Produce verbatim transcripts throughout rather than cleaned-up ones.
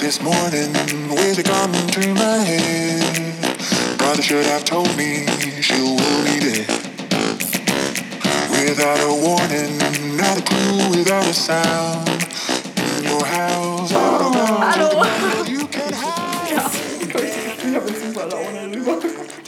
this morning, where's it come to my head? Mother should have told me she will be there. Without a warning, not a clue, without a sound. In your house, I don't know. Hallo! You can have. Ja, ich habe jetzt super Laune rüber.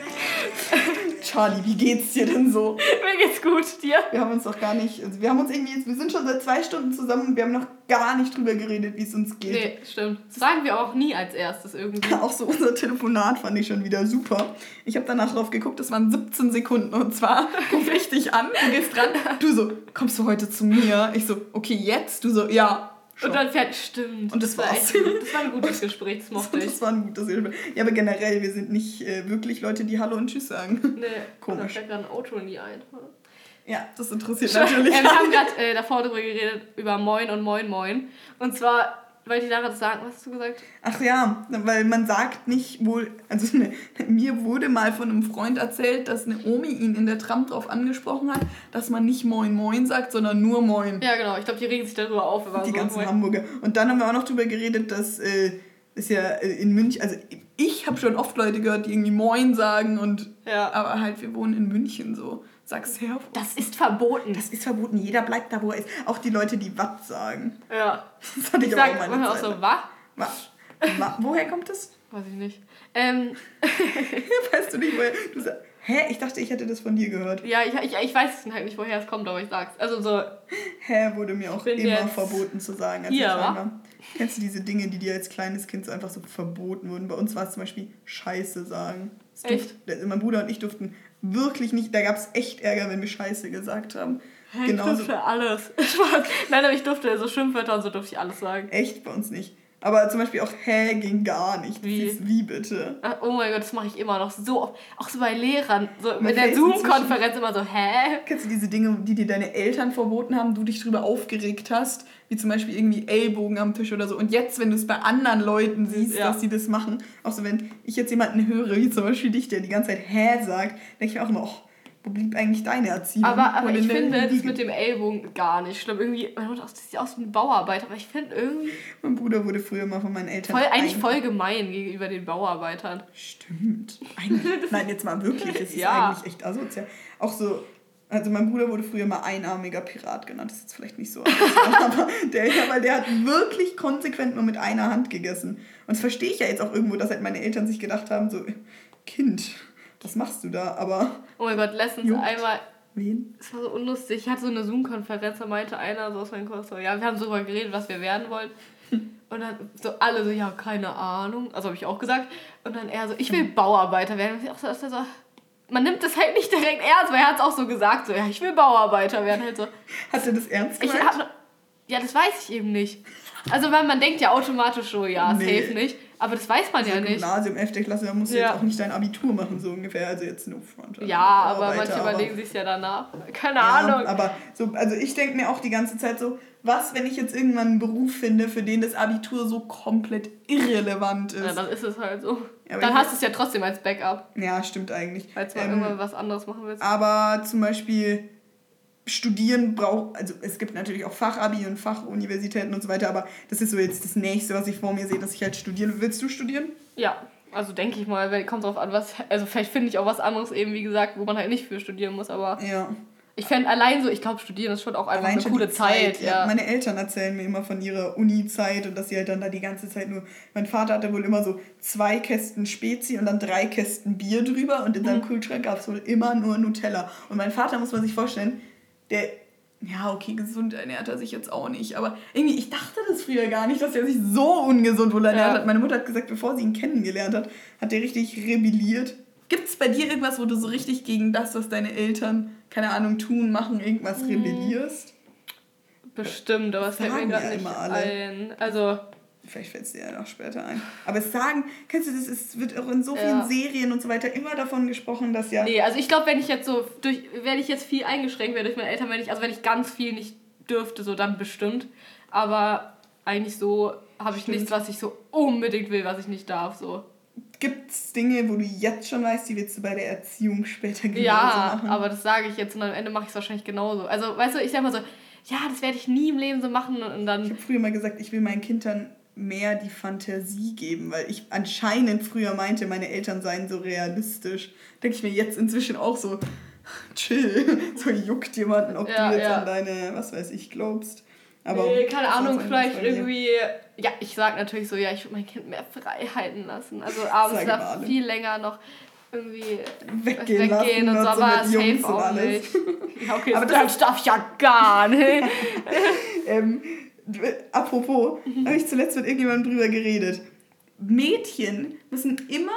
Charlie, wie geht's dir denn so? Mir geht's gut, dir? Wir haben uns doch gar nicht, also wir haben uns irgendwie, wir sind schon seit zwei Stunden zusammen und wir haben noch gar nicht drüber geredet, wie es uns geht. Nee, stimmt. Das sagen wir auch nie als erstes irgendwie. Auch so unser Telefonat fand ich schon wieder super. Ich habe danach drauf geguckt, das waren siebzehn Sekunden und zwar rufe ich dich an, du gehst dran, du so, kommst du heute zu mir? Ich so, okay, jetzt? Du so, ja. Und dann fährt, stimmt. Und das, das, war war's. echt, das war ein gutes Gespräch, das mochte ich. Das war ein gutes Gespräch. Ja, aber generell, wir sind nicht äh, wirklich Leute, die Hallo und Tschüss sagen. Nee, komisch. Da fällt gerade ein Auto nie ein. Ja, das interessiert natürlich. äh, wir haben gerade äh, davor darüber geredet, über Moin und Moin Moin. Und zwar wollte ich Lara das sagen, was hast du gesagt? Ach ja, weil man sagt nicht wohl, also ne, mir wurde mal von einem Freund erzählt, dass eine Omi ihn in der Tram drauf angesprochen hat, dass man nicht Moin Moin sagt, sondern nur Moin. Ja, genau, ich glaube, die regen sich darüber auf. Wenn man Die so ganzen Moin. Hamburger. Und dann haben wir auch noch darüber geredet, dass äh, ist ja äh, in München, also ich habe schon oft Leute gehört, die irgendwie Moin sagen und Ja. aber halt, wir wohnen in München so. Sag's her. Das ist verboten. Das ist verboten. Jeder bleibt da, wo er ist. Auch die Leute, die Watt sagen. Ja. Das hatte ich, Ich aber sag auch meine manchmal auch Zeit so, lang. was? Was? Wa- Woher kommt das? Weiß ich nicht. Ähm, Weißt du nicht, woher? Du sagst, hä? Ich dachte, ich hätte das von dir gehört. ja, ich, ich, ich weiß halt nicht, woher es kommt, aber ich sag's. Also so, Hä, wurde mir auch Bin immer jetzt verboten zu sagen, als hier, ich klein wa? war. Kennst du diese Dinge, die dir als kleines Kind so einfach so verboten wurden? Bei uns war es zum Beispiel Scheiße sagen. Das Echt? Durft, mein Bruder und ich durften wirklich nicht, da gab es echt Ärger, wenn wir Scheiße gesagt haben. ich Genauso, durfte alles. Spaß. Nein, aber ich durfte so Schimpfwörter und so durfte ich alles sagen. echt bei uns nicht. Aber zum Beispiel auch hä ging gar nicht. Wie? Das ist wie bitte? Ach, oh mein Gott, das mache ich immer noch so oft. Auch so bei Lehrern. So in Mir der fällt's Zoom-Konferenz immer so, hä? Kennst du diese Dinge, die dir deine Eltern verboten haben, du dich drüber aufgeregt hast? Wie zum Beispiel irgendwie Ellbogen am Tisch oder so. Und jetzt, wenn du es bei anderen Leuten siehst, Ja. dass sie das machen, auch so, wenn ich jetzt jemanden höre, wie zum Beispiel dich, der die ganze Zeit hä sagt, denke ich mir auch immer, oh, wo blieb eigentlich deine Erziehung? Aber, aber Und in ich der finde das Liege. mit dem Ellbogen gar nicht schlimm. Irgendwie, meine Mutter das sieht aus wie ein Bauarbeiter, aber ich finde irgendwie Mein Bruder wurde früher mal von meinen Eltern... voll, eigentlich ein- voll gemein gegenüber den Bauarbeitern. Stimmt. Eigentlich, nein, jetzt mal wirklich, es ist Ja. eigentlich echt asozial. Auch so, also mein Bruder wurde früher mal einarmiger Pirat genannt, das ist jetzt vielleicht nicht so asozial, aber der, ja, weil der hat wirklich konsequent nur mit einer Hand gegessen. Und das verstehe ich ja jetzt auch irgendwo, dass halt meine Eltern sich gedacht haben, so, Kind, was machst du da? Aber Oh mein Gott, letztens Juckt. einmal, wen? es war so unlustig, ich hatte so eine Zoom-Konferenz, da meinte einer so aus meinem Kurs so, ja, wir haben so darüber geredet, was wir werden wollen. Und dann so alle so, ja, keine Ahnung, also habe ich auch gesagt. Und dann er so, ich will Bauarbeiter werden. Und ich auch so, dass er so, man nimmt das halt nicht direkt ernst, weil er hat es auch so gesagt, so, ja, ich will Bauarbeiter werden, halt so. Hat er das ernst Ich gemeint? hab, ja, das weiß ich eben nicht. Also, weil man denkt ja automatisch so, ja, Nee. safe nicht. Aber das weiß man Also ja nicht. Gymnasium, elfte Klasse, da musst du Ja. jetzt auch nicht dein Abitur machen, so ungefähr. Also jetzt no front. Ja, aber Bauarbeiter, manche aber- überlegen sich ja danach. Keine Ja, Ahnung. aber so, also ich denke mir auch die ganze Zeit so, was, wenn ich jetzt irgendwann einen Beruf finde, für den das Abitur so komplett irrelevant ist? Ja, dann ist es halt so. Ja, aber Dann ich- hast du es ja trotzdem als Backup, Ja, stimmt eigentlich. falls du mal Ähm, irgendwann was anderes machen willst. aber zum Beispiel studieren braucht, also es gibt natürlich auch Fachabi und Fachuniversitäten und so weiter, aber das ist so jetzt das Nächste, was ich vor mir sehe, dass ich halt studieren will. Willst du studieren? Ja, also denke ich mal, weil kommt drauf an, was. Also vielleicht finde ich auch was anderes eben, wie gesagt, wo man halt nicht für studieren muss, aber Ja. ich fände allein so, ich glaube, studieren ist schon auch einfach Allein eine schon coole die Zeit. ja. Meine Eltern erzählen mir immer von ihrer Uni-Zeit und dass sie halt dann da die ganze Zeit nur... Mein Vater hatte wohl immer so zwei Kästen Spezi und dann drei Kästen Bier drüber und in seinem Mhm. Kühlschrank gab es wohl immer nur Nutella. Und mein Vater, muss man sich vorstellen, der... Ja, okay, gesund ernährt er sich jetzt auch nicht, aber irgendwie, ich dachte das früher gar nicht, dass er sich so ungesund wohl ernährt Ja. hat. Meine Mutter hat gesagt, bevor sie ihn kennengelernt hat, hat er richtig rebelliert. Gibt es bei dir irgendwas, wo du so richtig gegen das, was deine Eltern, keine Ahnung, tun, machen, irgendwas Mhm. rebellierst? Bestimmt, aber es fällt mir sagen gerade ja nicht immer alle. ein. Also, Vielleicht fällt es dir ja noch später ein. Aber es sagen, kennst du das, es wird auch in so vielen Ja. Serien und so weiter immer davon gesprochen, dass ja... nee, also ich glaube, wenn ich jetzt so, durch, wenn ich jetzt viel eingeschränkt werde durch meine Eltern, wenn ich, also wenn ich ganz viel nicht dürfte, so dann bestimmt. Aber eigentlich so habe ich Stimmt. nichts, was ich so unbedingt will, was ich nicht darf, so. Gibt es Dinge, wo du jetzt schon weißt, die willst du bei der Erziehung später genauso Ja, machen? aber das sage ich jetzt und am Ende mache ich es wahrscheinlich genauso. Also, weißt du, ich sag mal so, ja, das werde ich nie im Leben so machen und Ich dann, habe früher mal gesagt, ich will meinen Kindern mehr die Fantasie geben, weil ich anscheinend früher meinte, meine Eltern seien so realistisch. Denke ich mir jetzt inzwischen auch so, chill, so juckt jemanden, ob ja, du jetzt ja. an deine, was weiß ich, glaubst. Aber nee, keine Ahnung, vielleicht irgendwie, ja, ich sag natürlich so, ja, ich würde mein Kind mehr Freiheiten lassen. Also abends darf viel länger noch irgendwie weggehen, weggehen und so, so aber safe auch nicht. Ja, okay, aber das darf ich ja gar nicht. ähm, apropos, mhm. habe ich zuletzt mit irgendjemandem drüber geredet. Mädchen müssen immer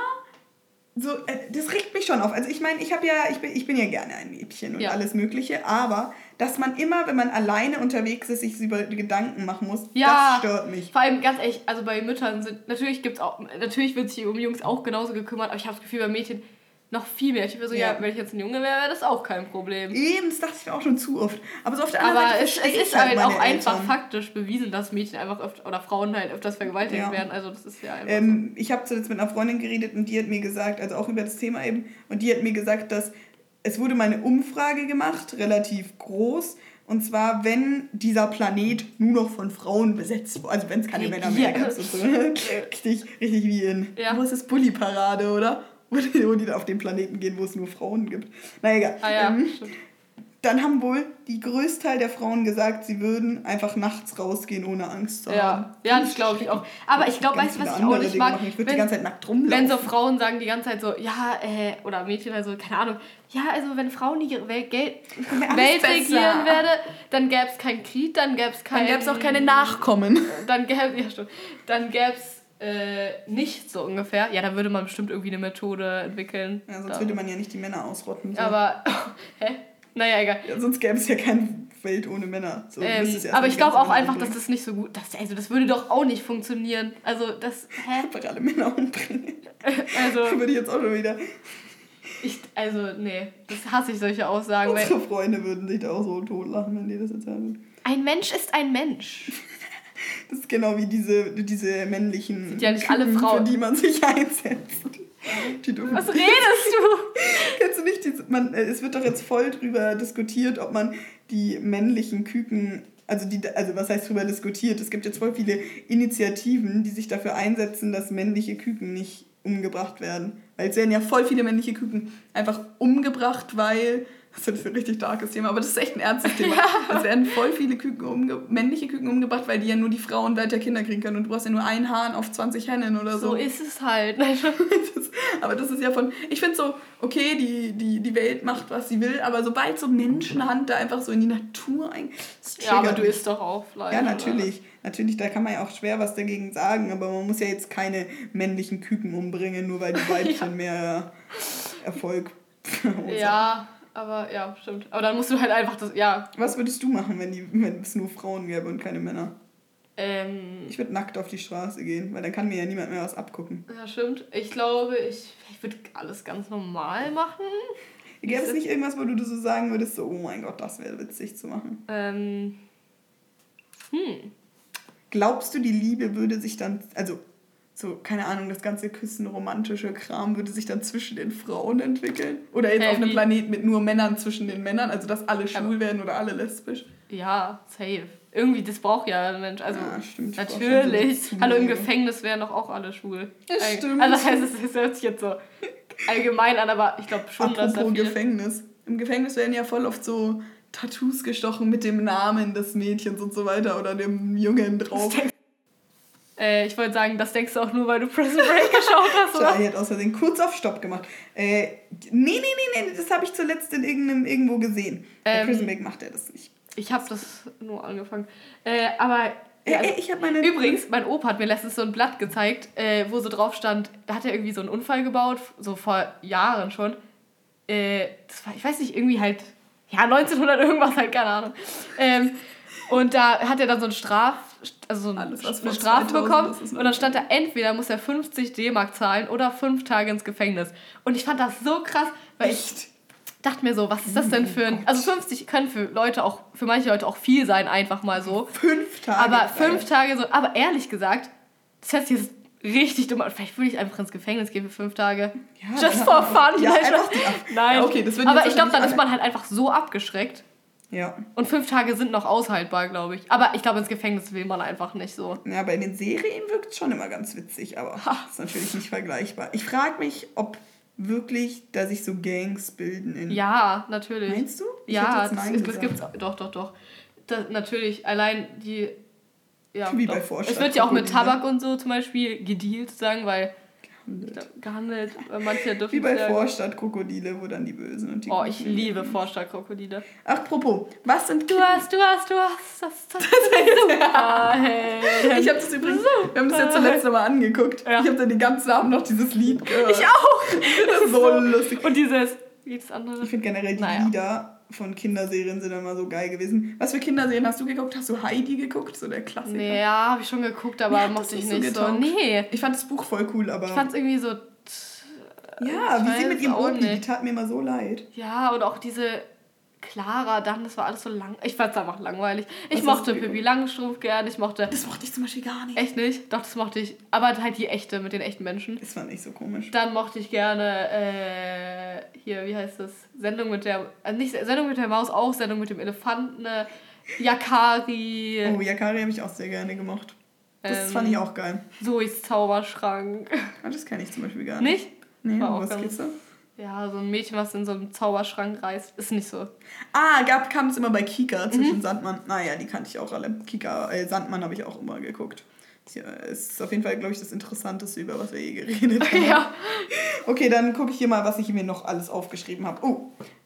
so, äh, das regt mich schon auf. Also ich meine, ich habe ja, ich bin, ich bin ja gerne ein Mädchen und ja. alles Mögliche, aber dass man immer, wenn man alleine unterwegs ist, sich über Gedanken machen muss, ja, das stört mich. Vor allem ganz ehrlich, also bei Müttern sind, natürlich gibt's auch, natürlich wird sich um Jungs auch genauso gekümmert, aber ich habe das Gefühl, bei Mädchen noch viel mehr. Ich bin so, ja. ja, wenn ich jetzt ein Junge wäre, wäre das auch kein Problem. Eben, das dachte ich mir auch schon zu oft. Aber so auf der anderen aber Seite es, es ist halt auch Eltern. einfach faktisch bewiesen, dass Mädchen einfach öfter, oder Frauen halt öfters vergewaltigt ja. werden. Also das ist ja einfach ähm, so. Ich habe zuletzt mit einer Freundin geredet und die hat mir gesagt, also auch über das Thema eben, und die hat mir gesagt, dass es wurde mal eine Umfrage gemacht, relativ groß, und zwar, wenn dieser Planet nur noch von Frauen besetzt wurde, also wenn es keine Männer mehr gab, so, so, richtig, richtig wie in, ja. wo ist das, Bulli-Parade, oder? Wo die, wo die da auf den Planeten gehen, wo es nur Frauen gibt. Na egal. Ah, ja, ähm, dann haben wohl die Größteil der Frauen gesagt, sie würden einfach nachts rausgehen, ohne Angst zu ja. haben. Ja, das glaube ich auch. Aber ich glaube, weißt du, was ich auch nicht mag? Ich würde die ganze Zeit nackt rumlaufen. Wenn so Frauen sagen die ganze Zeit so, ja, äh, oder Mädchen, also keine Ahnung, ja, also wenn Frauen die Welt, Welt, Welt regieren würde, dann gäbe es keinen Krieg, dann gäbe es kein... Dann gäbe es auch keine Nachkommen. Dann gäbe ja, stimmt. Dann gäbe es Äh, nicht so ungefähr. Ja, da würde man bestimmt irgendwie eine Methode entwickeln. Ja, sonst da. würde man ja nicht die Männer ausrotten. So. Aber, hä? Naja, egal. Ja, sonst gäbe es ja keine Welt ohne Männer. So, ähm, aber ich glaube auch einfach, dass das nicht so gut... Das, also das würde doch auch nicht funktionieren. Also das... Hä? Einfach alle Männer umbringen. Also... würde ich jetzt auch schon wieder... Ich, also, nee. Das hasse ich, solche Aussagen. Unsere weil Freunde würden sich da auch so totlachen, wenn die das jetzt hören. Ein Mensch ist ein Mensch. Das ist genau wie diese, diese männlichen sind ja nicht alle Frauen, für die man sich einsetzt. Die Was redest du? Kennst du nicht? Diese, man, es wird doch jetzt voll drüber diskutiert, ob man die männlichen Küken, also, die, also was heißt drüber diskutiert? Es gibt jetzt voll viele Initiativen, die sich dafür einsetzen, dass männliche Küken nicht umgebracht werden. Weil es werden ja voll viele männliche Küken einfach umgebracht, weil... Das ist ein richtig darkes Thema, aber das ist echt ein ernstes Thema. Ja. Es werden voll viele Küken umge- männliche Küken umgebracht, weil die ja nur die Frauen weiter Kinder kriegen können und du brauchst ja nur einen Hahn auf zwanzig Hennen oder so. So ist es halt. Aber das ist ja von... Ich finde so, okay, die, die, die Welt macht, was sie will, aber sobald so Menschenhand da einfach so in die Natur ein... Ja, aber du isst doch auch Fleisch. Ja, natürlich. Oder? Natürlich, da kann man ja auch schwer was dagegen sagen, aber man muss ja jetzt keine männlichen Küken umbringen, nur weil die Weibchen ja. mehr Erfolg ja, aber ja, stimmt. Aber dann musst du halt einfach das, ja. Was würdest du machen, wenn, die, wenn es nur Frauen gäbe und keine Männer? Ähm, ich würde nackt auf die Straße gehen, weil dann kann mir ja niemand mehr was abgucken. Ja, stimmt. Ich glaube, ich, ich würde alles ganz normal machen. Gäbe es nicht irgendwas, wo du so sagen würdest, so, oh mein Gott, das wäre witzig zu machen? Ähm, hm. Glaubst du, die Liebe würde sich dann, also so, keine Ahnung, das ganze Küssen, romantische Kram würde sich dann zwischen den Frauen entwickeln? Oder jetzt hey, auf einem wie? Planet mit nur Männern zwischen den Männern, also dass alle schwul werden oder alle lesbisch? Ja, safe. Irgendwie, das braucht ja ein Mensch. Also, ja, stimmt. Natürlich. So Hallo, im Gefängnis wären doch auch alle schwul. Ja, stimmt. Also das heißt, es hört sich jetzt so allgemein an, aber ich glaube schon, Apropos dass da viele... Gefängnis. Im Gefängnis werden ja voll oft so Tattoos gestochen mit dem Namen des Mädchens und so weiter oder dem Jungen drauf. Äh, ich wollte sagen, das denkst du auch nur, weil du Prison Break geschaut hast, oder? Ja, ich hätte aus Versehen kurz auf Stopp gemacht. Äh, nee, nee, nee, nee, das habe ich zuletzt in irgendeinem, irgendwo gesehen. Ähm, Bei Prison Break macht er das nicht. Ich habe das nur angefangen. Äh, aber... Ja, also, ich hab meine übrigens, mein Opa hat mir letztens so ein Blatt gezeigt, äh, wo so drauf stand, da hat er irgendwie so einen Unfall gebaut, so vor Jahren schon. Äh, das war, ich weiß nicht, irgendwie halt, ja, neunzehnhundert irgendwas halt, keine Ahnung. Ähm, und da hat er dann so ein Straf... also so ein, Alles, eine Strafe bekommen und dann stand da, entweder muss er fünfzig D-Mark zahlen oder fünf Tage ins Gefängnis. Und ich fand das so krass, weil Echt? ich dachte mir so, was ist das denn für ein... Also fünfzig können für Leute auch, für manche Leute auch viel sein, einfach mal so. Fünf Tage? Aber fünf Tage so, aber ehrlich gesagt, das hört sich jetzt richtig dumm an. Vielleicht würde ich einfach ins Gefängnis gehen für fünf Tage. Ja, Just for fun. Ja, einfach die Ab- Nein, ja, okay, das aber ich glaube, dann ist man halt einfach so abgeschreckt. Ja. Und fünf Tage sind noch aushaltbar, glaube ich. Aber ich glaube, ins Gefängnis will man einfach nicht so. Ja, bei den Serien wirkt es schon immer ganz witzig, aber Ha. ist natürlich nicht vergleichbar. Ich frage mich, ob wirklich da sich so Gangs bilden in... Ja, natürlich. Meinst du? Ich ja, hätte jetzt das, Nein das gesagt. gibt's doch, doch, doch. Das, natürlich, allein die... Ja, Wie doch. bei Vorstadt Es wird ja auch mit Krokodile. Tabak und so zum Beispiel gedealt, sagen, weil... Ich glaub, gehandelt, weil manche dürfen Wie bei es ja- Vorstadtkrokodile, wo dann die Bösen und die Oh, ich Guten liebe leben. Vorstadtkrokodile. Ach, apropos, was sind Du hast, du hast, du hast, das, das, das ist super. Hey. Ich habe das übrigens, wir haben das jetzt zuletzt nochmal angeguckt. Ja. Ich habe dann den ganzen Abend noch dieses Lied gehört. Ich auch. Das ist so lustig. Und dieses, wie das andere? Ich finde generell die Naja. Lieder von Kinderserien sind immer so geil gewesen. Was für Kinderserien hast du geguckt? Hast du Heidi geguckt? So der Klassiker. Nee, ja, habe ich schon geguckt, aber Mir hat mochte das ich nicht so nicht so. getaugt. Nee, Ich fand das Buch voll cool, aber... ich fand es irgendwie so... ja, ich wie sie weiß mit ihrem auch Opi, die nicht. tat mir immer so leid. Ja, und auch diese Clara dann, das war alles so lang. Ich fand es einfach langweilig. Ich Was hast mochte du Pippi geguckt? Langstrumpf gern, ich mochte... Das mochte ich zum Beispiel gar nicht. Echt nicht? Doch, das mochte ich. Aber halt die echte, mit den echten Menschen. Das fand ich so komisch. Dann mochte ich gerne, äh, hier, wie heißt das? Sendung mit der, also nicht Sendung mit der Maus, auch Sendung mit dem Elefanten, äh, Yakari, Oh, Yakari habe ich auch sehr gerne gemocht. Das Ähm, fand ich auch geil. Zoes Zauberschrank. Ah, das kenne ich zum Beispiel gar nicht. Nicht? Nee, War um auch was ganz- geht's da? Ja, so ein Mädchen, was in so einem Zauberschrank reist, ist nicht so. Ah, gab, kam es immer bei Kika zwischen Mhm. Sandmann. Naja, die kannte ich auch alle. Kika, äh, Sandmann habe ich auch immer geguckt. Tja, es ist auf jeden Fall, glaube ich, das Interessanteste, über was wir je geredet haben. Ja, Okay, dann gucke ich hier mal, was ich mir noch alles aufgeschrieben habe. Oh,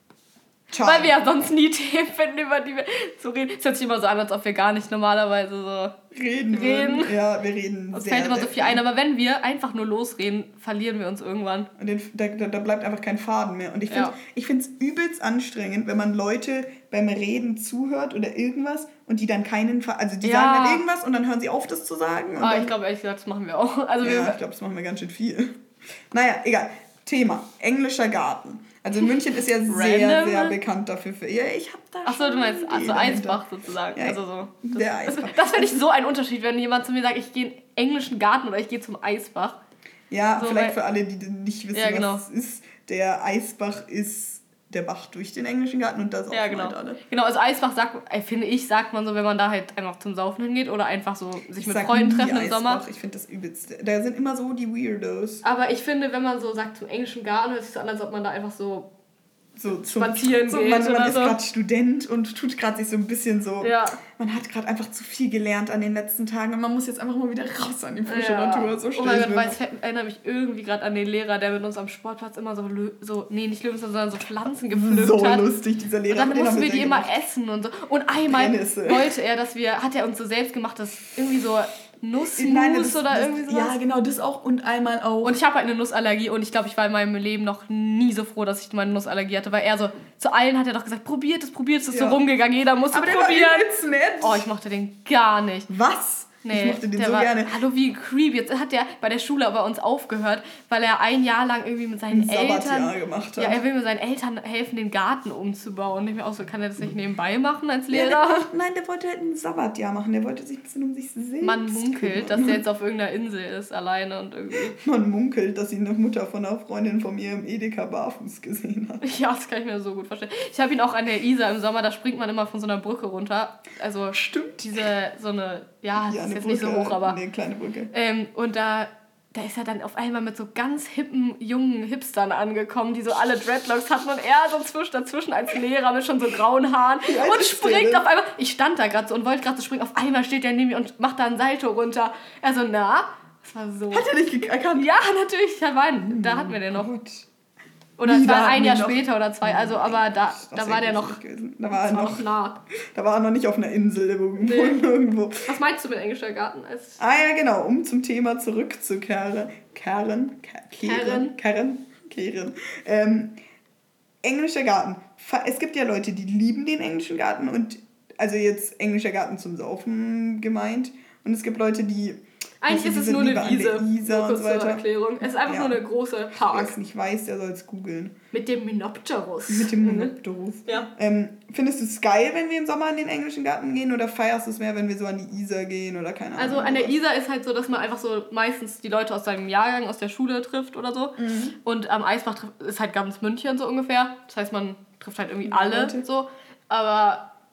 Ciao. weil wir ja sonst nie Themen finden, über die wir so reden. Es hört sich immer so an, als ob wir gar nicht normalerweise so... reden. reden. Würden. Ja, wir reden Uns sehr, fällt immer sehr so viel ein, aber wenn wir einfach nur losreden, verlieren wir uns irgendwann. Und den, da, da da bleibt einfach kein Faden mehr. Und ich finde Ja. ich finde es übelst anstrengend, wenn man Leute beim Reden zuhört oder irgendwas und die dann keinen Faden... Also die Ja. sagen dann irgendwas und dann hören sie auf, das zu sagen. Und Aber dann, ich glaube, ehrlich gesagt, das machen wir auch. Also ja, wir, ich glaube, das machen wir ganz schön viel. Naja, egal. Thema. Englischer Garten. Also München ist ja sehr, Random? sehr bekannt dafür. Für, ja, ich habe da Achso, du schon meinst eine also Idee dahinter. Eisbach sozusagen. Ja, also so. Das, der das, Eisbach. das finde ich so ein Unterschied, wenn jemand zu mir sagt, ich gehe in den englischen Garten oder ich gehe zum Eisbach. Ja, So, vielleicht weil- für alle, die nicht wissen, Ja, genau. was es ist. Der Eisbach ist der Bach durch den englischen Garten und da saufen Ja, genau. halt alle. Genau, also Eisbach sagt, äh, finde ich, sagt man so, wenn man da halt einfach zum Saufen hingeht oder einfach so sich Ich mit sag Freunden nie treffen im Eisbach. Sommer. Ich finde das übelst. Da sind immer so die Weirdos. Aber ich finde, wenn man so sagt, zum englischen Garten, hört sich so an, als ob man da einfach so... So zum, Spazieren so, geht man, man oder ist so. gerade Student und tut gerade sich so ein bisschen so. Ja. Man hat gerade einfach zu viel gelernt an den letzten Tagen und man muss jetzt einfach mal wieder raus an die frische Ja. Natur. So Oh stell mein ich Gott, mir weil das. es erinnert mich irgendwie gerade an den Lehrer, der mit uns am Sportplatz immer so, Lö- so nee, nicht Löwen, sondern so Pflanzen gepflückt So hat. lustig, dieser Lehrer. Und dann den mussten haben wir die sehr immer gemacht. essen und so. Und einmal Brennnessel. wollte er, dass wir, hat er uns so selbst gemacht, das irgendwie so Nussmus Nein, das- oder das- irgendwie sowas. Ja, genau, das auch und einmal auch. Und ich habe halt eine Nussallergie und ich glaube, ich war in meinem Leben noch nie so froh, dass ich meine Nussallergie hatte, weil er so, zu allen hat er doch gesagt, probiert es, probiert es, ist Ja. so rumgegangen, jeder musste aber der war probieren. übelst nett. Oh, ich mochte den gar nicht. Was? Nee, ich mochte den der so war, gerne. Hallo, wie creepy. Jetzt hat der bei der Schule bei uns aufgehört, weil er ein Jahr lang irgendwie mit seinen Ein Sabbatjahr Eltern... gemacht hat. Ja, er will mit seinen Eltern helfen, den Garten umzubauen. Und ich mir auch so, kann er das nicht nebenbei machen als Ja, der, Lehrer? nein, der wollte halt ein Sabbatjahr machen. Der wollte sich ein bisschen um sich selbst Man munkelt, dass kümmern. der jetzt auf irgendeiner Insel ist, alleine und irgendwie... Man munkelt, dass ihn eine Mutter von einer Freundin von mir im Edeka barfuß gesehen hat. Ja, das kann ich mir so gut vorstellen. Ich habe ihn auch an der Isar im Sommer, da springt man immer von so einer Brücke runter. Also Stimmt. diese, so eine, ja, das Ja, ist eine jetzt nicht so Brücke, hoch, aber... Nee, kleine Brücke. Ähm, und da, da ist er dann auf einmal mit so ganz hippen, jungen Hipstern angekommen, die so alle Dreadlocks hatten und er so zwischen, dazwischen als Lehrer mit schon so grauen Haaren Wie alt und ist der springt denn? auf einmal. Ich stand da gerade so und wollte gerade so springen. Auf einmal steht er neben mir und macht da ein Salto runter. Er so, na? Das war so... Hat er dich erkannt? Ja, natürlich. Da, war, da hatten wir den noch. Gott. Oder Wie, es da war hatten ein wir Jahr noch? später oder zwei. Also, aber da, Das da ist war der echt noch... lustig gewesen. Da war er Das war noch, noch nah. da war er noch nicht auf einer Insel irgendwo. Nee. irgendwo. Was meinst du mit englischer Garten? Als Ah ja, genau, um zum Thema zurückzukehren. Kehren? Ke- Kehren? Kehren? Kehren. Ähm, englischer Garten. Fa- Es gibt ja Leute, die lieben den englischen Garten und also jetzt englischer Garten zum Saufen gemeint. Und es gibt Leute, die... Eigentlich ist die es sind nur eine lieber an der Wiese. Isar Nur und kurz so zur weiter. Erklärung. Es ist einfach Ja. nur eine große Wer Park. es nicht weiß, der soll es googeln. Mit dem Minopterus. Mit dem Monopterus. Ja. Ähm, findest du es geil, wenn wir im Sommer in den englischen Garten gehen oder feierst du es mehr, wenn wir so an die Isar gehen oder keine Ahnung? Also an der sowas? Isar ist halt so, dass man einfach so meistens die Leute aus seinem Jahrgang, aus der Schule trifft oder so. Mhm. Und am Eisbach trifft, ist halt ganz München so ungefähr. Das heißt, man trifft halt irgendwie Ja, alle Leute. so. Aber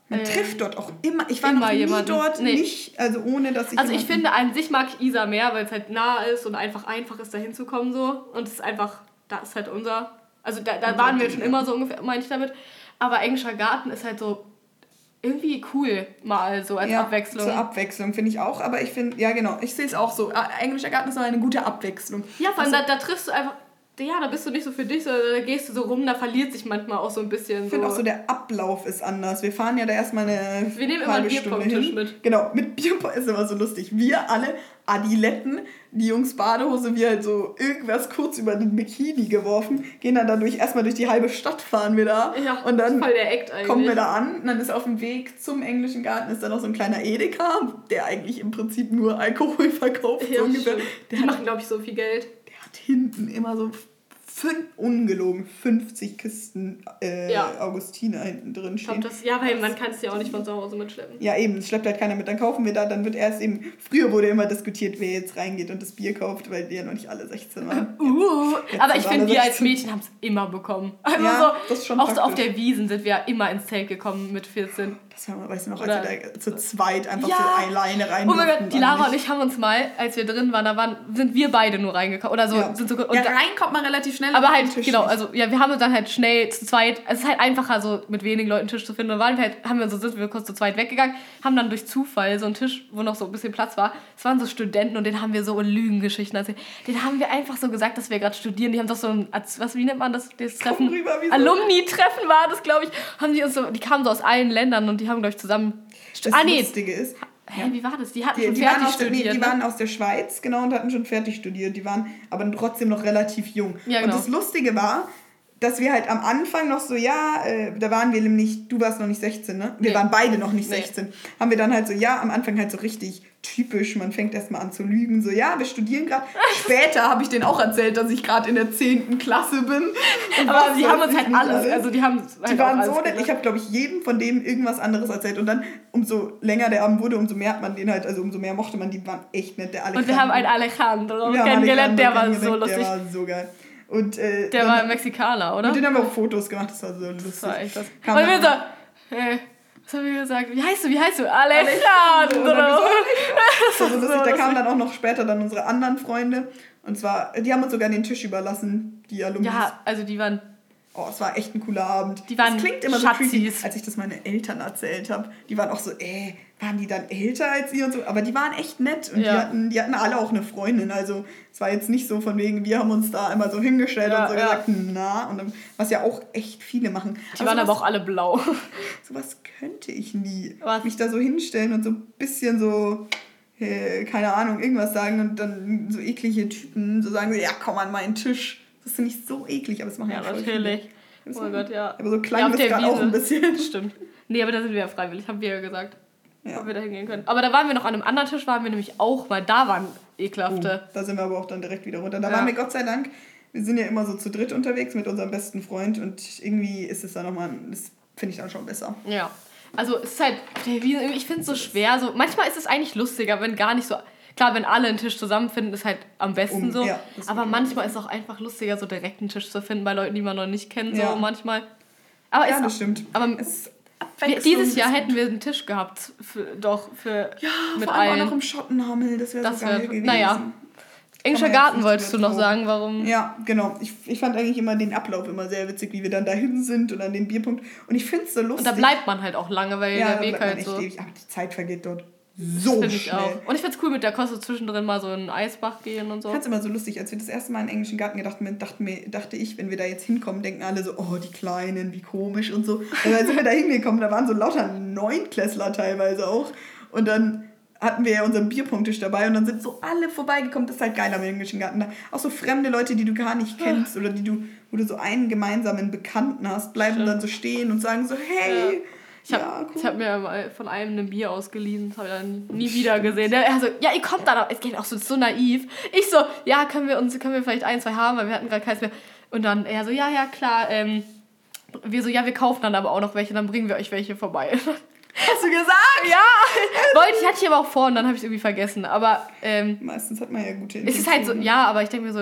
Man äh, trifft dort auch immer. Ich war immer noch nie jemanden. dort, Nee. nicht, also ohne dass ich. Also ich jemanden- finde, an sich mag ich Isar mehr, weil es halt nah ist und einfach einfach ist, da hinzukommen so. Und es ist einfach, da ist halt unser... Also da, da Unser waren wir Ding, schon ja. immer so ungefähr, meine ich damit. Aber Englischer Garten ist halt so irgendwie cool mal so als ja, Abwechslung. Zur Abwechslung finde ich auch, aber ich finde, ja genau, ich sehe es auch so. Ah, Englischer Garten ist aber eine gute Abwechslung. Ja, vor allem Also, da, da triffst du einfach, ja, da bist du nicht so für dich, sondern da gehst du so rum, da verliert sich manchmal auch so ein bisschen. ich finde so. auch so, der Ablauf ist anders. Wir fahren ja da erstmal eine Wir nehmen immer halbe einen Stunde Bierpong-Tisch hin. mit. Genau, mit Bierpong ist immer so lustig. Wir alle Adiletten, die Jungs Badehose, wir halt so irgendwas kurz über den Bikini geworfen, gehen dann dadurch erstmal durch die halbe Stadt fahren wir da. Ja, und dann voll der Act eigentlich. kommen wir da an und dann ist auf dem Weg zum Englischen Garten ist da noch so ein kleiner Edeka, der eigentlich im Prinzip nur Alkohol verkauft. Ja, so ungefähr. stimmt. Der Die hat, machen, glaube ich, so viel Geld. der hat hinten immer so fün- ungelogen fünfzig Kisten äh, Ja. Augustiner hinten drin Ich glaub, stehen. das, ja, weil man kann es ja auch nicht von zu Hause mitschleppen. Ja, eben, es schleppt halt keiner mit. Dann kaufen wir da, dann wird erst eben, früher wurde immer diskutiert, wer jetzt reingeht und das Bier kauft, weil die ja noch nicht alle sechzehn waren. Uh, Jetzt aber sind ich alle finde, wir als sechzehn. Mädchen haben es immer bekommen. Also Ja, so, das ist schon auch so auf praktisch. der Wiesn sind wir ja immer ins Zelt gekommen mit vierzehn. Das war mal, weißt du noch, Oder- als wir da zu zweit einfach Ja. so alleine rein Oh mein durften, Gott, die waren Lara und nicht- ich haben uns mal, als wir drin waren, da waren, sind wir beide nur reingekommen. Oder so, Ja. sind so und ja, da, rein kommt man relativ schnell. aber auf den halt, Tisch genau, nicht. also ja, wir haben uns dann halt schnell zu zweit, es ist halt einfacher, so mit wenigen Leuten einen Tisch zu finden. Und waren wir halt, haben wir so sind wir kurz zu zweit weggegangen, haben dann durch Zufall so einen Tisch, wo noch so ein bisschen Platz war. Es waren so Studenten und denen haben wir so Lügengeschichten erzählt. Den haben wir einfach so gesagt, dass wir gerade studieren. Die haben doch so ein, was, wie nennt man das, das Treffen? rüber, wie so- Alumni-Treffen war das, glaube ich. Haben die uns so, die kamen so aus allen Ländern und die haben, glaube ich, zusammen. Das ah, nee. Lustige ist, Hä, wie war das? Die hatten die, schon die, waren fertig aus der, nee, studiert. die ne? waren aus der Schweiz, genau, und hatten schon fertig studiert. Die waren aber trotzdem noch relativ jung. Ja, Und genau. das Lustige war, dass wir halt am Anfang noch so, ja, äh, da waren wir nämlich, du warst noch nicht sechzehn, ne? Wir Nee. waren beide noch nicht Nee. sechzehn. Haben wir dann halt so, ja, am Anfang halt so richtig typisch, man fängt erstmal an zu lügen, so, ja, wir studieren gerade. Später habe ich denen auch erzählt, dass ich gerade in der zehnten Klasse bin. Und Aber was die weiß haben uns ich halt nicht alles, also die haben halt Die auch waren alles so nett. gesagt. Ich habe, glaube ich, jedem von denen irgendwas anderes erzählt. Und dann, umso länger der Abend wurde, umso mehr hat man den halt, also umso mehr mochte man die, waren echt nett. Der Und wir haben einen Alejandro Wir haben kennengelernt, der war Alejandro so lustig. Der war so geil. Und, äh, Der dann- war Mexikaner, oder? Mit denen haben wir auch Fotos gemacht, das war so lustig. Das war echt das. Kam Und wir dann- so, hey, was haben wir gesagt? Wie heißt du, wie heißt du? Und dann Alejandro! wir so, Das war so Das lustig. war Da kamen lustig. dann auch noch später dann unsere anderen Freunde. Und zwar, die haben uns sogar den Tisch überlassen, die Alumni. Ja, also die waren, Oh, es war echt ein cooler Abend. Die waren das klingt immer Schatzis. so creepy, als ich das meinen Eltern erzählt habe. Die waren auch so, äh, waren die dann älter als ihr und so? Aber die waren echt nett und Ja. die, hatten, die hatten alle auch eine Freundin. Also es war jetzt nicht so von wegen, wir haben uns da einmal so hingestellt Ja, und so ja. gesagt, na. Und dann, was ja auch echt viele machen. die waren aber auch alle blau. Sowas könnte ich nie. Was? Mich da so hinstellen und so ein bisschen so, äh, keine Ahnung, irgendwas sagen und dann so eklige Typen so sagen, so, ja, komm an meinen Tisch. Das finde ich so eklig, aber das machen ja, Ja, voll natürlich. viele. Oh mein Gott, ja. Aber so Ja, klang auf das der gerade auch Wiese. ein bisschen. Stimmt. Nee, aber da sind wir ja freiwillig, haben wir ja gesagt, Ja. ob wir da hingehen können. Aber da waren wir noch an einem anderen Tisch, waren wir nämlich auch, weil da waren ekelhafte. Oh, da sind wir aber auch dann direkt wieder runter. Da Ja. waren wir Gott sei Dank, wir sind ja immer so zu dritt unterwegs mit unserem besten Freund und irgendwie ist es dann nochmal, das finde ich dann schon besser. Ja. Also es ist halt, der Wiesen, ich finde es so schwer. So, manchmal ist es eigentlich lustiger, wenn gar nicht so. Klar, wenn alle einen Tisch zusammenfinden, ist halt am besten Um- so. ja, das aber wird manchmal ist es auch einfach lustiger, so direkt einen Tisch zu finden bei Leuten, die man noch nicht kennt. Ja. So manchmal. Aber Ja, ist das auch, stimmt. Aber Es ist wir, Abwechslung, dieses Jahr ist hätten wir einen Tisch gehabt. Für, doch, für ja, mit vor allem allen. auch noch im Schottenhammel, das wäre Das so geil wär- gewesen. naja. Englischer Kann man jetzt Garten nicht wolltest du noch übertragen. sagen, warum? Ja, genau. Ich, ich fand eigentlich immer den Ablauf immer sehr witzig, wie wir dann dahin sind und an den Bierpunkt. Und ich finde es so lustig. Und da bleibt man halt auch lange, weil ja, der da Weg bleibt man halt echt so. ewig. Aber die Zeit vergeht dort so Finde ich schnell. auch. Und ich find's cool, mit der Koste zwischendrin mal so in den Eisbach gehen und so. Ich fand es immer so lustig, als wir das erste Mal in den englischen Garten gedacht haben, dachte, mir, dachte ich, wenn wir da jetzt hinkommen, denken alle so, oh, die Kleinen, wie komisch und so. Und dann sind wir da hingekommen, da waren so lauter Neunklässler teilweise auch. Und dann hatten wir ja unseren Bierpunkttisch dabei und dann sind so alle vorbeigekommen. Das ist halt geil am englischen Garten. Da auch so fremde Leute, die du gar nicht kennst oder die du, wo du so einen gemeinsamen Bekannten hast, bleiben Stimmt. dann so stehen und sagen so, hey, Ja. Ich habe ja, cool. ich hab mir mal von einem ein Bier ausgeliehen, das habe ich dann nie wieder gesehen. Der, er so, ja, ihr kommt dann, es geht auch so, so naiv. Ich so, ja, können wir uns, können wir vielleicht ein, zwei haben, weil wir hatten gerade keins mehr. Und dann er so, ja, ja, klar, ähm, wir so, ja, wir kaufen dann aber auch noch welche, dann bringen wir euch welche vorbei. Hast du gesagt? Ja, wollte ich, hatte ich aber auch vor und dann habe ich es irgendwie vergessen. Aber ähm, Meistens hat man ja gute es ist halt so, Intentionen. ja, aber ich denke mir so,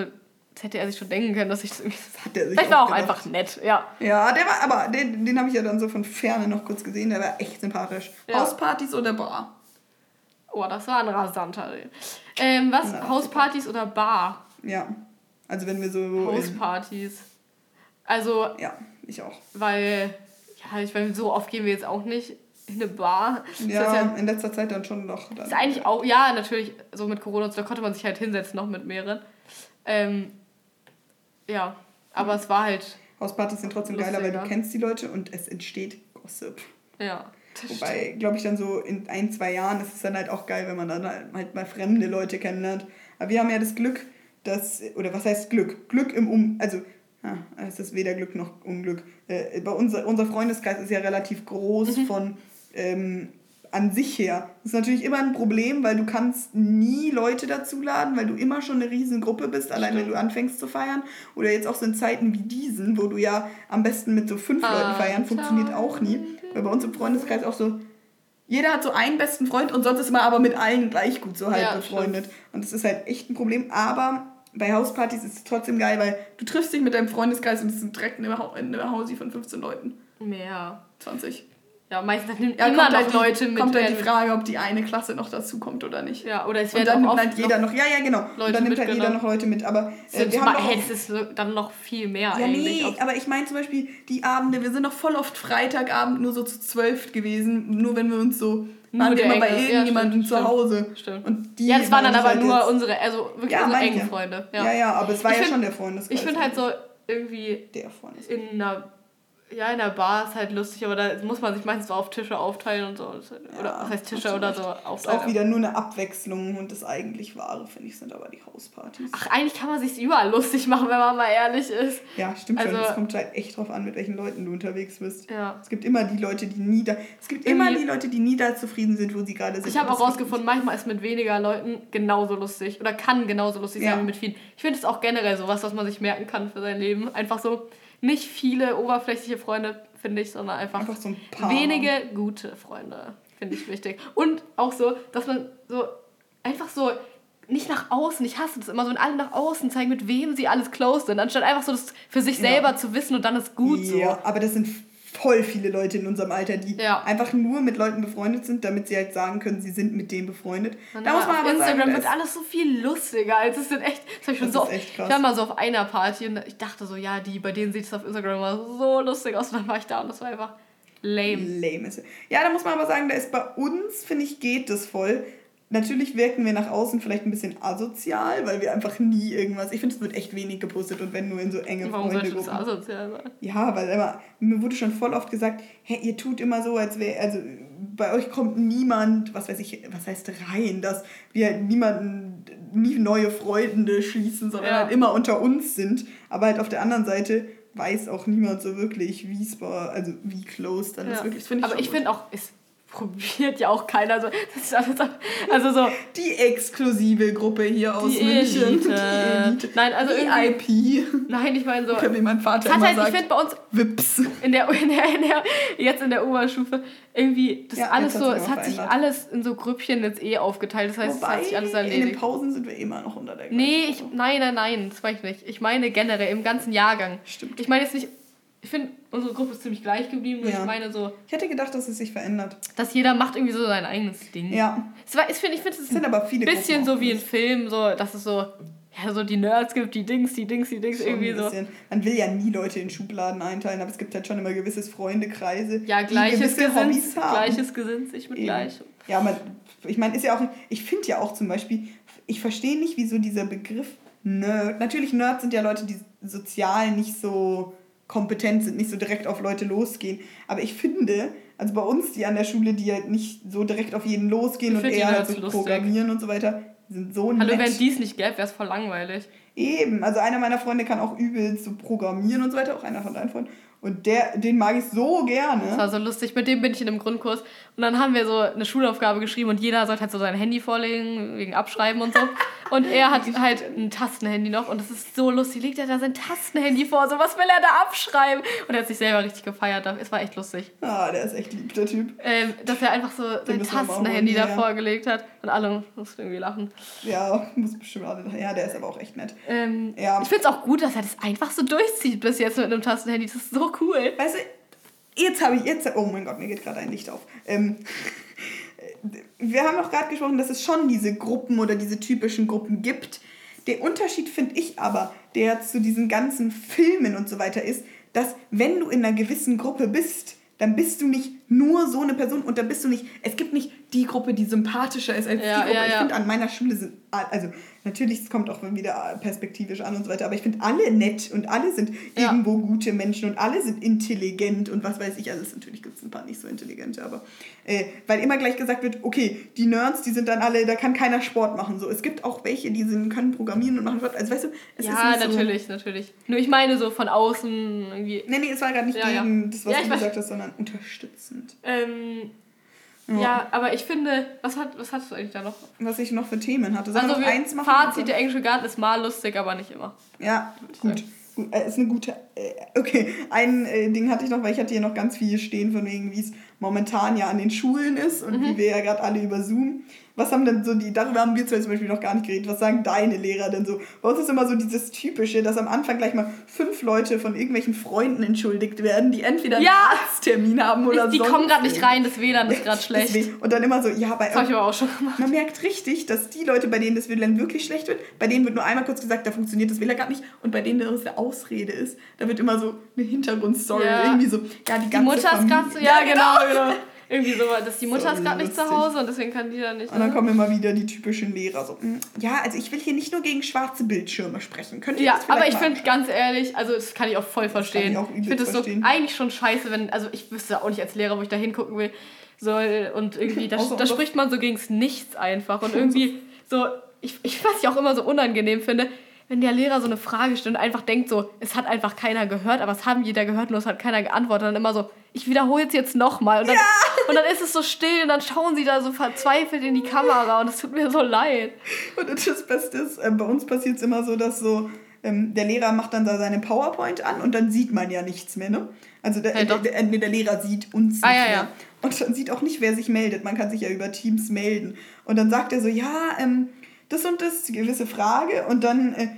das hätte er sich schon denken können, dass ich das irgendwie... Das hat er sich Vielleicht war auch gedacht. einfach nett, ja. Ja, der war, aber den, den habe ich ja dann so von Ferne noch kurz gesehen, der war echt sympathisch. Ja. Hauspartys oder Bar? Oh, das war ein rasanter. Ähm, was? Na, Hauspartys oder Bar? Ja. Also wenn wir so... in- Hauspartys. Also, Ja, ich auch. weil, ja, ich meine, so oft gehen wir jetzt auch nicht in eine Bar. Das Ja, ist ja in letzter Zeit dann schon noch. Dann. ist eigentlich auch, ja, natürlich, so mit Corona, da konnte man sich halt hinsetzen, noch mit mehreren. Ähm, ja, aber es war halt, Hauspartys sind trotzdem geiler, weil du Lustiger. kennst die Leute und es entsteht Gossip. ja. das Wobei, glaube ich, dann so in ein, zwei Jahren ist es dann halt auch geil, wenn man dann halt, halt mal fremde Leute kennenlernt. Aber wir haben ja das Glück, dass, oder was heißt Glück? Glück im Um, also, ja, es ist weder Glück noch Unglück. Äh, bei unser, unser Freundeskreis ist ja relativ groß Mhm. von ähm, an sich her. Das ist natürlich immer ein Problem, weil du kannst nie Leute dazuladen, weil du immer schon eine riesen Gruppe bist, allein wenn Stimmt. du anfängst zu feiern. Oder jetzt auch so in Zeiten wie diesen, wo du ja am besten mit so fünf Ah, Leuten feiern, funktioniert auch nie. Weil bei uns im Freundeskreis auch so, jeder hat so einen besten Freund und sonst ist man aber mit allen gleich gut so halt Ja, befreundet. Und das ist halt echt ein Problem. Aber bei Hauspartys ist es trotzdem geil, weil du triffst dich mit deinem Freundeskreis und es sind direkt eine, Ha- eine Hausi von fünfzehn Leuten. mehr. zwanzig. Ja, meistens nimmt Ja, immer kommt noch halt die, Leute mit. kommt halt die werden- Frage, ob die eine Klasse noch dazu kommt oder nicht. Ja, oder es Und werden dann auch nimmt oft halt jeder noch, ja, ja, genau. Leute und dann nimmt halt jeder mitgenommen. noch Leute mit. Aber äh, Sind wir mal, haben doch hey, auch, das ist so- dann noch viel mehr ja, eigentlich. nee, Ob- aber ich meine zum Beispiel die Abende, wir sind doch voll oft Freitagabend nur so zu zwölf gewesen, nur wenn wir uns so, Nur waren wir der immer bei Enge. Ja, irgendjemandem stimmt, zu stimmt. Hause. Stimmt. Und die ja, das waren dann meine ich aber halt nur jetzt. unsere, also wirklich Ja, unsere meine ich engen ja. Freunde. Ja. Ja, ja, aber es war Ich ja find- schon der Freundeskreis. Ich finde halt so irgendwie Der Freundeskreis. in einer, ja, in der Bar ist halt lustig, aber da muss man sich meistens so auf Tische aufteilen und so. Oder Ja, was heißt Tische hast du oder recht. so Ist aufteilen. auch wieder nur eine Abwechslung und das eigentlich Wahre, finde ich, sind aber die Hauspartys. Ach, eigentlich kann man sich überall lustig machen, wenn man mal ehrlich ist. Ja, stimmt schon. Also- Es kommt halt echt drauf an, mit welchen Leuten du unterwegs bist. Ja. Es gibt immer die Leute, die nie da. Es gibt immer Irgendwie- die Leute, die nie da zufrieden sind, wo sie gerade sind. Ich habe Und auch das rausgefunden, manchmal ist mit weniger Leuten genauso lustig oder kann genauso lustig Ja. sein wie mit vielen. Ich finde es auch generell sowas, was man sich merken kann für sein Leben. Einfach so nicht viele oberflächliche Freunde, finde ich, sondern einfach, Einfach so ein paar. wenige gute Freunde, finde ich wichtig. Und auch so, dass man so einfach so nicht nach außen, ich hasse das immer so, wenn alle nach außen zeigen, mit wem sie alles close sind, anstatt einfach so das für sich Ja. selber zu wissen und dann ist gut so. Ja, aber das sind voll viele Leute in unserem Alter, die Ja. einfach nur mit Leuten befreundet sind, damit sie halt sagen können, sie sind mit dem befreundet. Und Da muss man auf aber Instagram sagen, wird das- alles so viel lustiger. Also es sind echt, das hab ich schon Das so ist oft, echt krass. ich war mal so auf einer Party und ich dachte so, ja, die, bei denen sieht es auf Instagram immer so lustig aus und dann war ich da und das war einfach lame. lame ist. Ja, da muss man aber sagen, da ist bei uns, finde ich, geht das voll. Natürlich wirken wir nach außen vielleicht ein bisschen asozial, weil wir einfach nie irgendwas. Ich finde, es wird echt wenig gepostet und wenn nur in so enge Warum sollte das Freundegruppen. asozial sein? Ja, weil immer, mir wurde schon voll oft gesagt, hey, ihr tut immer so, als wäre, also bei euch kommt niemand, was weiß ich, was heißt rein, dass wir niemanden, nie neue Freunde schließen, sondern Ja. halt immer unter uns sind. Aber halt auf der anderen Seite weiß auch niemand so wirklich, wie es war, also wie close dann Ja. ist wirklich. Das finde ich Aber schon ich gut. finde auch, es probiert ja auch keiner so. Das ist alles, also so, Die exklusive Gruppe hier aus die München. Elite. Die Elite. Nein, also V irgendwie, I P. nein, ich meine so. Wie mein Vater Es hat immer halt, ich sagt. finde bei uns Wips. in der, in der, in der, jetzt in der Oberstufe, irgendwie, das Ja, alles jetzt so, hat's es sich hat sich verändert. alles in so Grüppchen jetzt eh aufgeteilt. Das heißt, es Wobei, hat sich alles in den erledigt. Pausen sind wir immer noch unter der gleichen Nee, ich, Gruppe. nein, nein, nein, das meine ich nicht. Ich meine generell im ganzen Jahrgang. Stimmt. Ich meine jetzt nicht, ich finde, unsere Gruppe ist ziemlich gleich geblieben. Nur Ja. ich meine so, Ich hätte gedacht, dass es sich verändert. dass jeder macht irgendwie so sein eigenes Ding. Ja. Es war, ich finde, ich finde, es Es ist sind ein aber viele bisschen Gruppen so wie in aufgelöst. Filmen, so, dass es so, ja, so die Nerds gibt, die Dings, die Dings, die Dings, Schon irgendwie ein so. bisschen. Man will ja nie Leute in Schubladen einteilen, aber es gibt halt schon immer gewisses Freundekreise, Ja, die gleiches gewisse Gesinns, Hobbys haben. gleiches Gesinns sich mit Eben. gleichem. Ja, man, ich meine, ist ja auch, ich finde ja auch zum Beispiel, ich verstehe nicht, wieso dieser Begriff Nerd, natürlich Nerds sind ja Leute, die sozial nicht so kompetent sind, nicht so direkt auf Leute losgehen, aber ich finde, also bei uns, die an der Schule, die halt nicht so direkt auf jeden losgehen Ich und find die eher halt Nerds so lustig. programmieren und so weiter, sind so Hallo, nett. wenn dies nicht gäbe, wäre es voll langweilig. Eben, also einer meiner Freunde kann auch übelst so programmieren und so weiter, auch einer von deinen Freunden. Und der, den mag ich so gerne. Das war so lustig. Mit dem bin ich in einem Grundkurs. Und dann haben wir so eine Schulaufgabe geschrieben und jeder sollte halt so sein Handy vorlegen, wegen Abschreiben und so. Und er hat halt ein Tastenhandy noch und das ist so lustig. Legt er da sein Tastenhandy vor, so was will er da abschreiben? Und er hat sich selber richtig gefeiert. Es war echt lustig. Ah, der ist echt lieb, der Typ. Ähm, dass er einfach so sein Tastenhandy da vorgelegt hat. Und alle mussten irgendwie lachen. Ja, muss bestimmt alle lachen. Ja, der ist aber auch echt nett. Ähm, ja. Ich finde es auch gut, dass er das einfach so durchzieht bis jetzt mit einem Tastenhandy. Das ist so cool. Weißt du, jetzt habe ich, jetzt, oh mein Gott, mir geht gerade ein Licht auf. Ähm, wir haben auch gerade gesprochen, dass es schon diese Gruppen oder diese typischen Gruppen gibt. Der Unterschied finde ich aber, der zu diesen ganzen Filmen und so weiter ist, dass wenn du in einer gewissen Gruppe bist, dann bist du nicht nur so eine Person und dann bist du nicht, es gibt nicht die Gruppe, die sympathischer ist als ja, die Gruppe. Ja, ja. Ich finde, an meiner Schule sind, also natürlich, es kommt auch wieder perspektivisch an und so weiter, aber ich finde alle nett und alle sind ja. irgendwo gute Menschen und alle sind intelligent und was weiß ich alles. Natürlich gibt es ein paar nicht so intelligente, aber äh, weil immer gleich gesagt wird, okay, die Nerds, die sind dann alle, da kann keiner Sport machen. So. Es gibt auch welche, die sind, können programmieren und machen Sport. Also weißt du, es ja, ist nicht natürlich, so, natürlich. Nur ich meine so von außen irgendwie. Nee, nee, es war gerade nicht ja, gegen ja. das, was ja, du weiß. gesagt hast, sondern unterstützend. Ähm, ja. ja, aber ich finde, was, hat, was hattest du eigentlich da noch? Was ich noch für Themen hatte. Sollen also wir noch wir, eins machen? Fazit, der englische Garten ist mal lustig, aber nicht immer. Ja, gut. gut. Äh, ist eine gute... Äh, okay, ein äh, Ding hatte ich noch, weil ich hatte hier noch ganz viel stehen, von wegen, wie es momentan ja an den Schulen ist und mhm. wie wir ja gerade alle über Zoom... Was haben denn so die, darüber haben wir zum Beispiel noch gar nicht geredet, was sagen deine Lehrer denn so? Bei uns ist immer so dieses Typische, dass am Anfang gleich mal fünf Leute von irgendwelchen Freunden entschuldigt werden, die entweder einen ja! Arzttermin haben oder so. Die kommen gerade nicht rein, das W L A N ist gerade schlecht. Deswegen. Und dann immer so, ja, bei... Das habe ich aber auch schon gemacht. Man merkt richtig, dass die Leute, bei denen das W L A N wirklich schlecht wird, bei denen wird nur einmal kurz gesagt, da funktioniert das W L A N gerade nicht und bei denen das eine Ausrede ist, da wird immer so eine Hintergrundstory, ja. irgendwie so, ja, die ganze Die Mutter Familie. ist gerade so, ja, ja genau, genau. Irgendwie so, dass die Mutter so ist gerade nicht zu Hause und deswegen kann die da nicht. Und dann kommen immer wieder die typischen Lehrer so, ja, also ich will hier nicht nur gegen schwarze Bildschirme sprechen. Könnt ihr ja, das vielleicht aber ich finde ganz ehrlich, also das kann ich auch voll verstehen. Das kann ich auch ich finde es so verstehen. eigentlich schon scheiße, wenn, also ich wüsste auch nicht als Lehrer, wo ich da hingucken will, soll und irgendwie, da, da spricht man so gegens Nichts einfach und irgendwie so, ich, ich was ich auch immer so unangenehm finde, wenn der Lehrer so eine Frage stellt und einfach denkt so, es hat einfach keiner gehört, aber es haben jeder gehört, nur es hat keiner geantwortet. Und dann immer so, ich wiederhole es jetzt nochmal. Und, dann, ja! und dann ist es so still und dann schauen sie da so verzweifelt in die Kamera und es tut mir so leid. Und das Beste ist, äh, bei uns passiert es immer so, dass so, ähm, der Lehrer macht dann da seine PowerPoint an und dann sieht man ja nichts mehr, ne? Also der, ja, der, der, der Lehrer sieht uns ah, nicht ja, mehr. Ja. Und dann sieht auch nicht, wer sich meldet. Man kann sich ja über Teams melden. Und dann sagt er so, ja, ähm, das und das, die gewisse Frage und dann... Äh,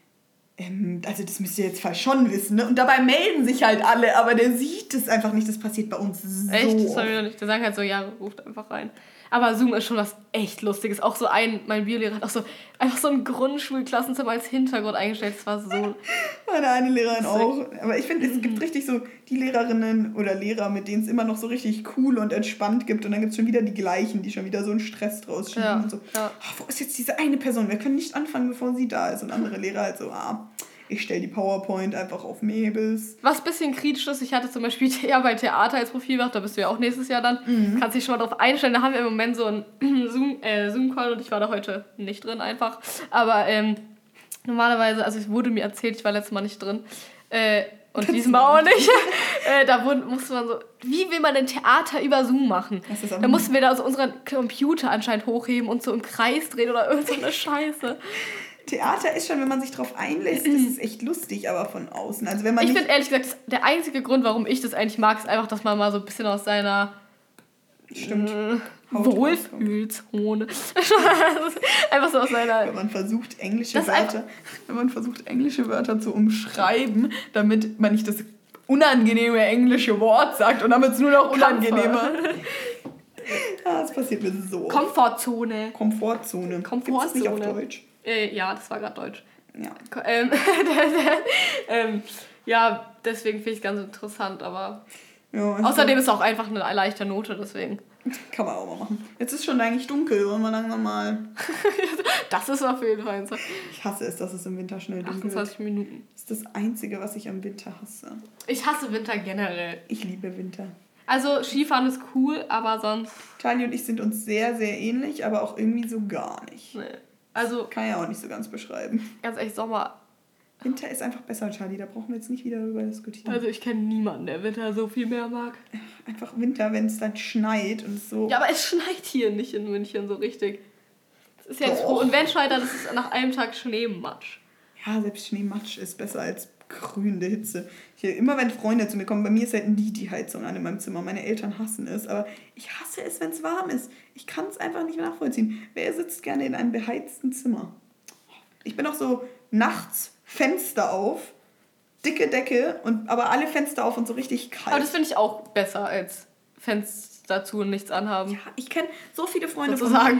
Ähm, also das müsst ihr jetzt fast schon wissen, ne? Und dabei melden sich halt alle, aber der sieht es einfach nicht. Das passiert bei uns so. Echt? Das habe ich noch nicht. Der sagt halt so, ja, ruft einfach rein. Aber Zoom ist schon was echt Lustiges. Auch so ein, mein Biolehrer hat auch so einfach so ein Grundschulklassenzimmer als Hintergrund eingestellt. Das war so... Meine eine Lehrerin auch. Aber ich finde, es gibt richtig so die Lehrerinnen oder Lehrer, mit denen es immer noch so richtig cool und entspannt gibt. Und dann gibt es schon wieder die gleichen, die schon wieder so einen Stress draus schieben. Ja, und so. Ja. Oh, wo ist jetzt diese eine Person? Wir können nicht anfangen, bevor sie da ist. Und andere Lehrer halt so, ah... Ich stelle die PowerPoint einfach auf Mebels. Was ein bisschen kritisch ist, ich hatte zum Beispiel ja bei Theater als Profil gemacht, da bist du ja auch nächstes Jahr dann. Mhm. Kannst dich schon mal drauf einstellen. Da haben wir im Moment so einen Zoom, äh, Zoom-Call und ich war da heute nicht drin einfach. Aber ähm, normalerweise, also es wurde mir erzählt, ich war letztes Mal nicht drin. Äh, und diesmal auch nicht. äh, da wurde, musste man so, wie will man denn Theater über Zoom machen? Da mussten wir da also unseren Computer anscheinend hochheben und so im Kreis drehen oder irgend so eine Scheiße. Theater ist schon, wenn man sich drauf einlässt, das ist echt lustig, aber von außen. Also wenn man ich finde ehrlich gesagt, der einzige Grund, warum ich das eigentlich mag, ist einfach, dass man mal so ein bisschen aus seiner Stimmt. Äh, Wohlfühlzone. einfach so aus seiner... Wenn man versucht, englische Wörter, wenn man versucht, englische Wörter zu umschreiben, damit man nicht das unangenehme englische Wort sagt und damit es nur noch unangenehmer. Ja, das passiert mir so. Komfortzone. Komfortzone. Komfortzone. Gibt's das nicht auf Deutsch? Äh, ja, das war gerade Deutsch. Ja. Ähm, ähm, ja, deswegen finde ich es ganz interessant, aber ja, außerdem ist es auch einfach eine leichte Note, deswegen. Kann man auch mal machen. Jetzt ist schon eigentlich dunkel, wollen wir langsam mal... Das ist auf jeden Fall so. Ich hasse es, dass es im Winter schnell dunkel wird. achtundzwanzig Minuten. Das ist das Einzige, was ich am Winter hasse. Ich hasse Winter generell. Ich liebe Winter. Also Skifahren ist cool, aber sonst... Charlie und ich sind uns sehr, sehr ähnlich, aber auch irgendwie so gar nicht. Nee. Also... Kann ja auch nicht so ganz beschreiben. Ganz ehrlich, Sommer Winter ist einfach besser, Charlie. Da brauchen wir jetzt nicht wieder darüber diskutieren. Also ich kenne niemanden, der Winter so viel mehr mag. Einfach Winter, wenn es dann schneit und so. Ja, aber es schneit hier nicht in München so richtig. Das ist ja jetzt Doch. froh. Und wenn schneit, dann ist es nach einem Tag Schneematsch. Ja, selbst Schneematsch ist besser als grünende Hitze. Hier, immer wenn Freunde zu mir kommen, bei mir ist halt nie die Heizung an in meinem Zimmer. Meine Eltern hassen es, aber ich hasse es, wenn es warm ist. Ich kann es einfach nicht mehr nachvollziehen. Wer sitzt gerne in einem beheizten Zimmer? Ich bin auch so nachts Fenster auf, dicke Decke, und aber alle Fenster auf und so richtig kalt. Aber das finde ich auch besser als Fenster zu und nichts anhaben. Ja, ich kenne so viele Freunde Sozusagen.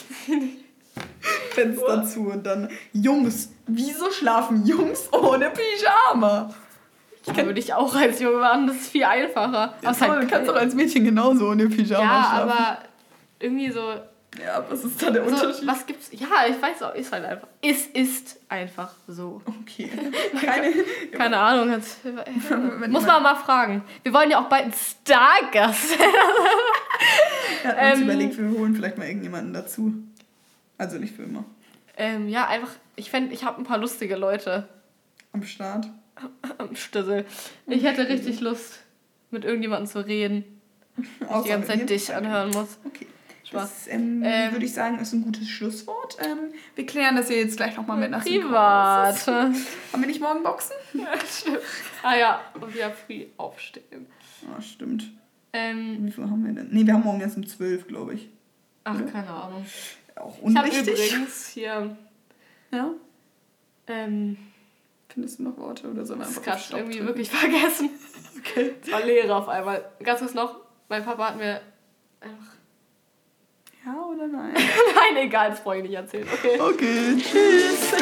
Fenster zu und dann Jungs. Wieso schlafen Jungs ohne Pyjama? Ich kenne dich auch als Junge machen, das ist viel einfacher. Ja, Außer toll, du kannst doch als Mädchen genauso ohne Pyjama ja, schlafen. aber irgendwie so. Ja, was ist da der so Unterschied? was gibt's? Ja, ich weiß auch, ist halt einfach. Es ist einfach so. Okay. Keine, Keine Ahnung. Jetzt, muss man mal fragen. Wir wollen ja auch bald einen Stargast. Wir hatten uns Ähm, überlegt, wir holen vielleicht mal irgendjemanden dazu. Also nicht für immer. ähm, ja, einfach, ich fände, ich habe ein paar lustige Leute Am Start. am Stüssel. Ich hätte richtig Lust, mit irgendjemandem zu reden. Ich Außer die ganze mit mir. Zeit dich anhören muss. Okay. Spaß. Das ähm, Ähm, würde ich sagen, ist ein gutes Schlusswort. Ähm, wir klären das ja jetzt gleich nochmal mit nach Privat. Haben wir nicht morgen Boxen? Ja, stimmt. Ah ja, und wieder früh aufstehen. Ah, stimmt. Ähm, Wie viel haben wir denn? Nee, wir haben morgen erst um zwölf, glaube ich. ach, Oder? keine Ahnung. Auch Ich habe unwichtig. übrigens hier, Ja? ähm, Findest du noch Worte oder so? das gerade irgendwie wirklich vergessen. Okay. Es war Leere auf einmal. Ganz kurz noch, mein Papa hat mir einfach... Ja oder nein? Nein, egal, das brauche ich nicht erzählen. Okay. Okay, tschüss.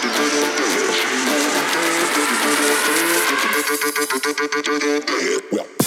Well.